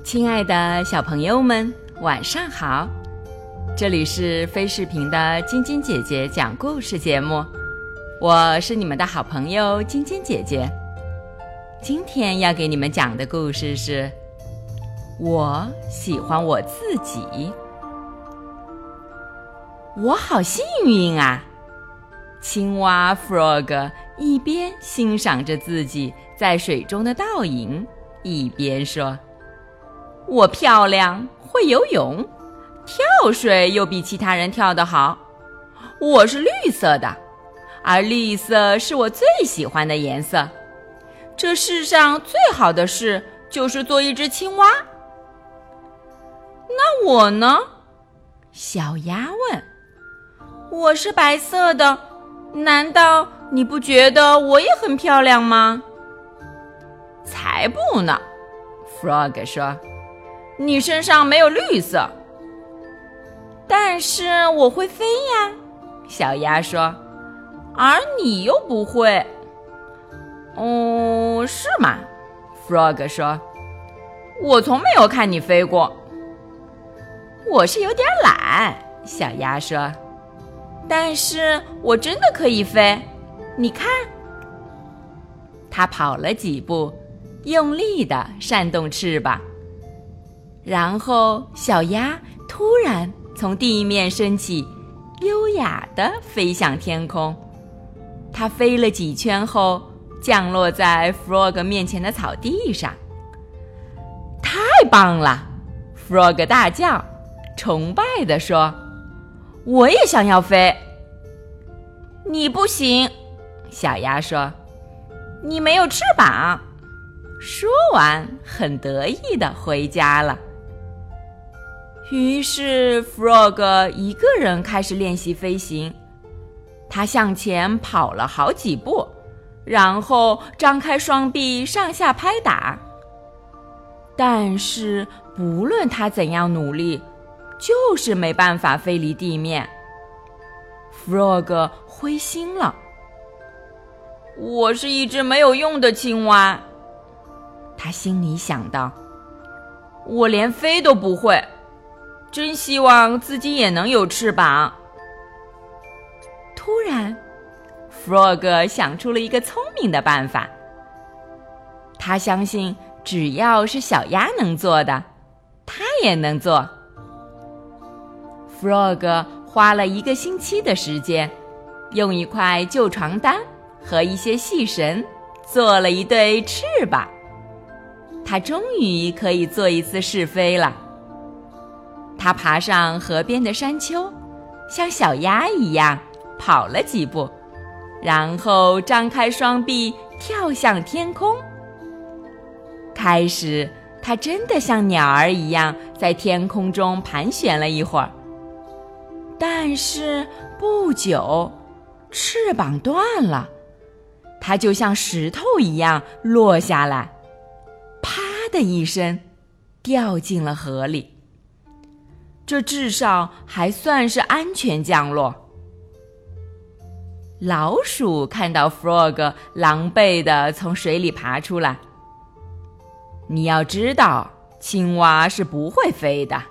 亲爱的小朋友们，晚上好！这里是飞视频的晶晶姐姐讲故事节目，我是你们的好朋友晶晶姐姐。今天要给你们讲的故事是我喜欢我自己。我好幸运啊！青蛙 Frog 一边欣赏着自己在水中的倒影，一边说，我漂亮，会游泳，跳水又比其他人跳得好。我是绿色的，而绿色是我最喜欢的颜色。这世上最好的事就是做一只青蛙。那我呢？小鸭问。我是白色的，难道你不觉得我也很漂亮吗？才不呢， Frog 说，你身上没有绿色。但是我会飞呀，小鸭说，而你又不会。哦，是吗？ Frog 说，我从没有看你飞过。我是有点懒，小鸭说，但是我真的可以飞，你看。它跑了几步，用力地扇动翅膀，然后小鸭突然从地面升起，优雅地飞向天空。它飞了几圈后，降落在 Frog 面前的草地上。太棒了！ Frog 大叫，崇拜地说，我也想要飞。你不行，小鸭说，你没有翅膀。说完，很得意地回家了。于是 Frog 一个人开始练习飞行。他向前跑了好几步，然后张开双臂上下拍打。但是不论他怎样努力，就是没办法飞离地面。Frog 灰心了。我是一只没有用的青蛙，他心里想到，我连飞都不会，真希望自己也能有翅膀。突然 Frog 想出了一个聪明的办法。他相信只要是小鸭能做的，他也能做。Frog 花了1个星期的时间，用一块旧床单和一些细绳做了一对翅膀。他终于可以做一次试飞了。他爬上河边的山丘，像小鸭一样跑了几步，然后张开双臂跳向天空。开始，他真的像鸟儿一样在天空中盘旋了一会儿。但是不久，翅膀断了，它就像石头一样落下来，啪的一声，掉进了河里。这至少还算是安全降落。老鼠看到 Frog 狼狈地从水里爬出来。你要知道，青蛙是不会飞的。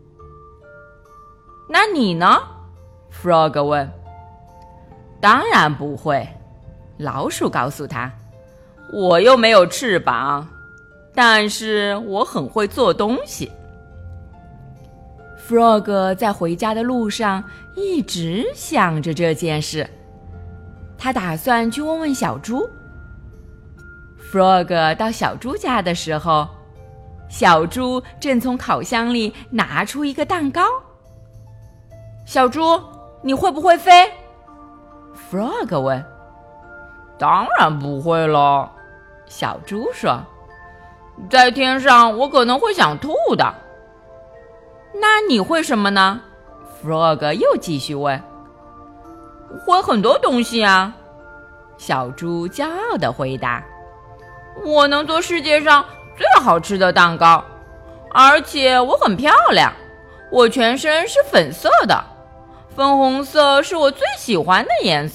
那你呢？ Frog 问。当然不会，老鼠告诉他，我又没有翅膀，但是我很会做东西。Frog 在回家的路上一直想着这件事，他打算去问问小猪。Frog 到小猪家的时候，小猪正从烤箱里拿出一个蛋糕。小猪，你会不会飞？ Frog 问。当然不会了，小猪说，在天上我可能会想吐的。那你会什么呢？ Frog 又继续问。会很多东西啊，小猪骄傲地回答。我能做世界上最好吃的蛋糕，而且我很漂亮，我全身是粉色的，粉红色是我最喜欢的颜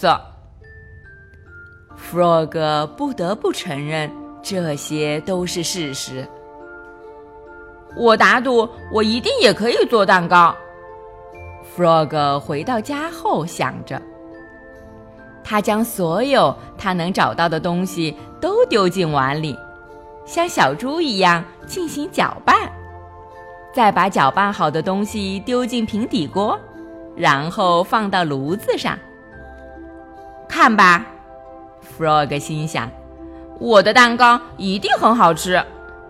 色。Frog 不得不承认，这些都是事实。 我打赌我一定也可以做蛋糕。Frog 回到家后想着，他将所有他能找到的东西都丢进碗里，像小猪一样进行搅拌，再把搅拌好的东西丢进平底锅，然后放到炉子上。看吧， Frog 心想，我的蛋糕一定很好吃。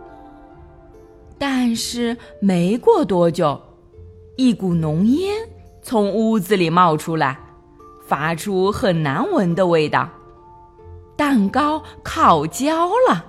但是没过多久，一股浓烟从屋子里冒出来，发出很难闻的味道。蛋糕烤焦了。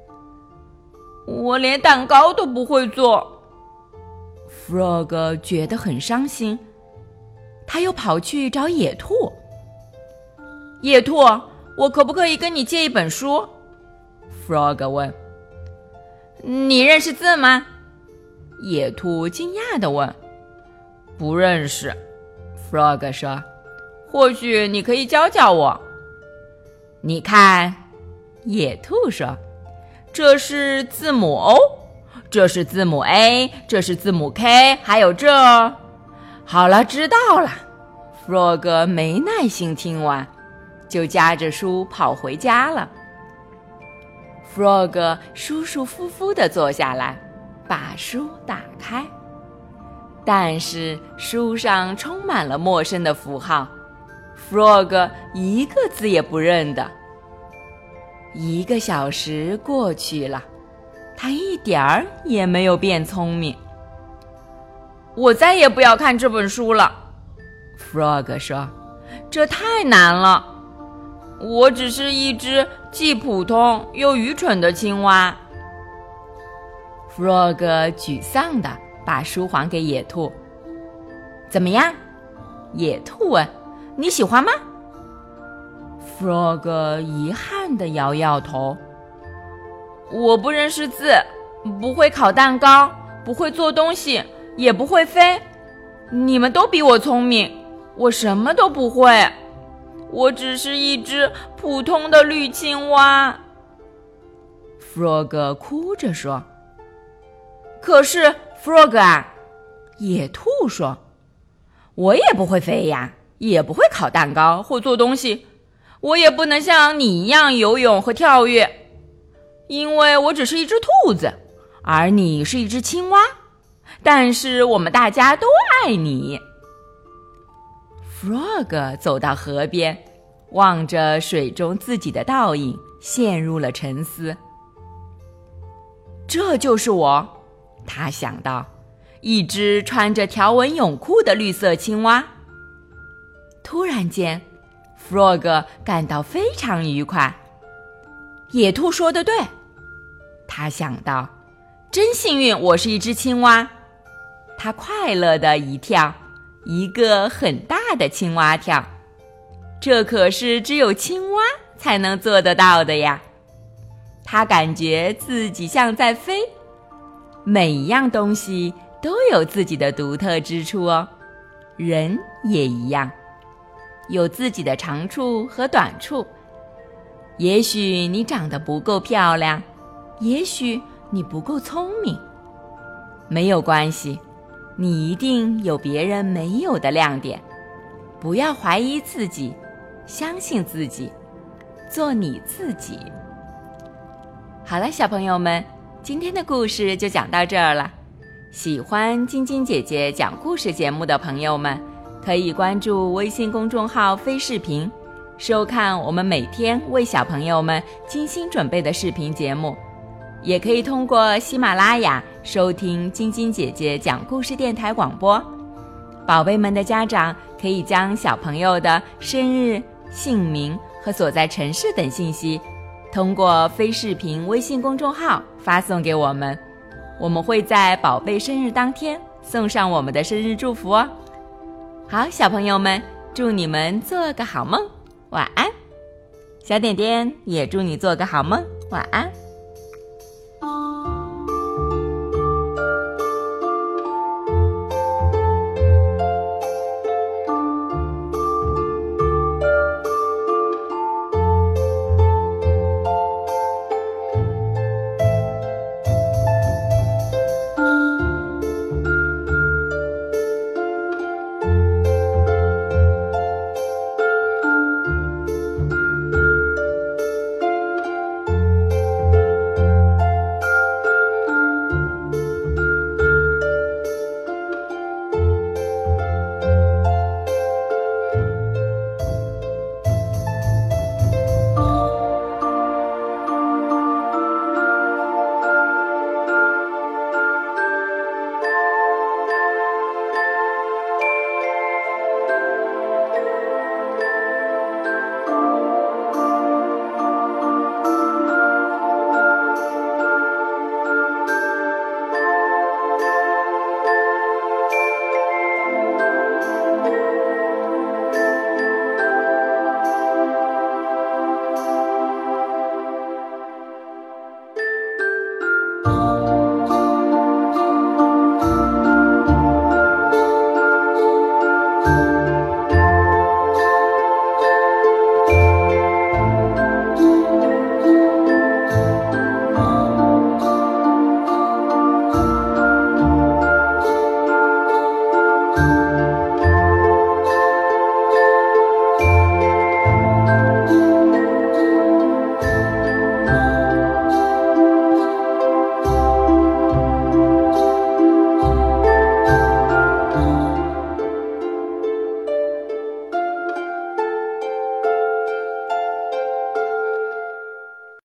我连蛋糕都不会做。Frog 觉得很伤心，他又跑去找野兔。野兔，我可不可以跟你借一本书？ Frog 问。你认识字吗？野兔惊讶地问。不认识， Frog 说。或许你可以教教我。你看，野兔说，这是字母 O， 这是字母 A， 这是字母 K， 还有这……好了，知道了。 Frog 没耐心听完，就夹着书跑回家了。Frog 舒舒服服地坐下来，把书打开，但是书上充满了陌生的符号， Frog 一个字也不认得。1个小时过去了，他一点儿也没有变聪明。我再也不要看这本书了， Frog 说，这太难了。我只是一只既普通又愚蠢的青蛙。Frog 沮丧地把书还给野兔。怎么样？野兔问。你喜欢吗？ Frog 遗憾地摇摇头。我不认识字，不会烤蛋糕，不会做东西，也不会飞。你们都比我聪明，我什么都不会。我只是一只普通的绿青蛙。 Frog 哭着说。可是 Frog 啊，野兔说，我也不会飞呀，也不会烤蛋糕或做东西，我也不能像你一样游泳和跳跃，因为我只是一只兔子，而你是一只青蛙，但是我们大家都爱你。Frog 走到河边，望着水中自己的倒影，陷入了沉思。这就是我，他想到，一只穿着条纹泳裤的绿色青蛙。突然间 Frog 感到非常愉快。野兔说得对，他想到，真幸运我是一只青蛙。他快乐地一跳，一个很大的青蛙跳，这可是只有青蛙才能做得到的呀。他感觉自己像在飞，每一样东西都有自己的独特之处哦，人也一样，有自己的长处和短处。也许你长得不够漂亮，也许你不够聪明，没有关系，你一定有别人没有的亮点。不要怀疑自己，相信自己，做你自己。好了，小朋友们，今天的故事就讲到这儿了。喜欢晶晶姐姐讲故事节目的朋友们，可以关注微信公众号飞视频，收看我们每天为小朋友们精心准备的视频节目。也可以通过喜马拉雅收听晶晶姐姐讲故事电台广播。宝贝们的家长可以将小朋友的生日、姓名和所在城市等信息通过飞视频微信公众号发送给我们，我们会在宝贝生日当天送上我们的生日祝福哦。好，小朋友们，祝你们做个好梦，晚安。小点点也祝你做个好梦，晚安。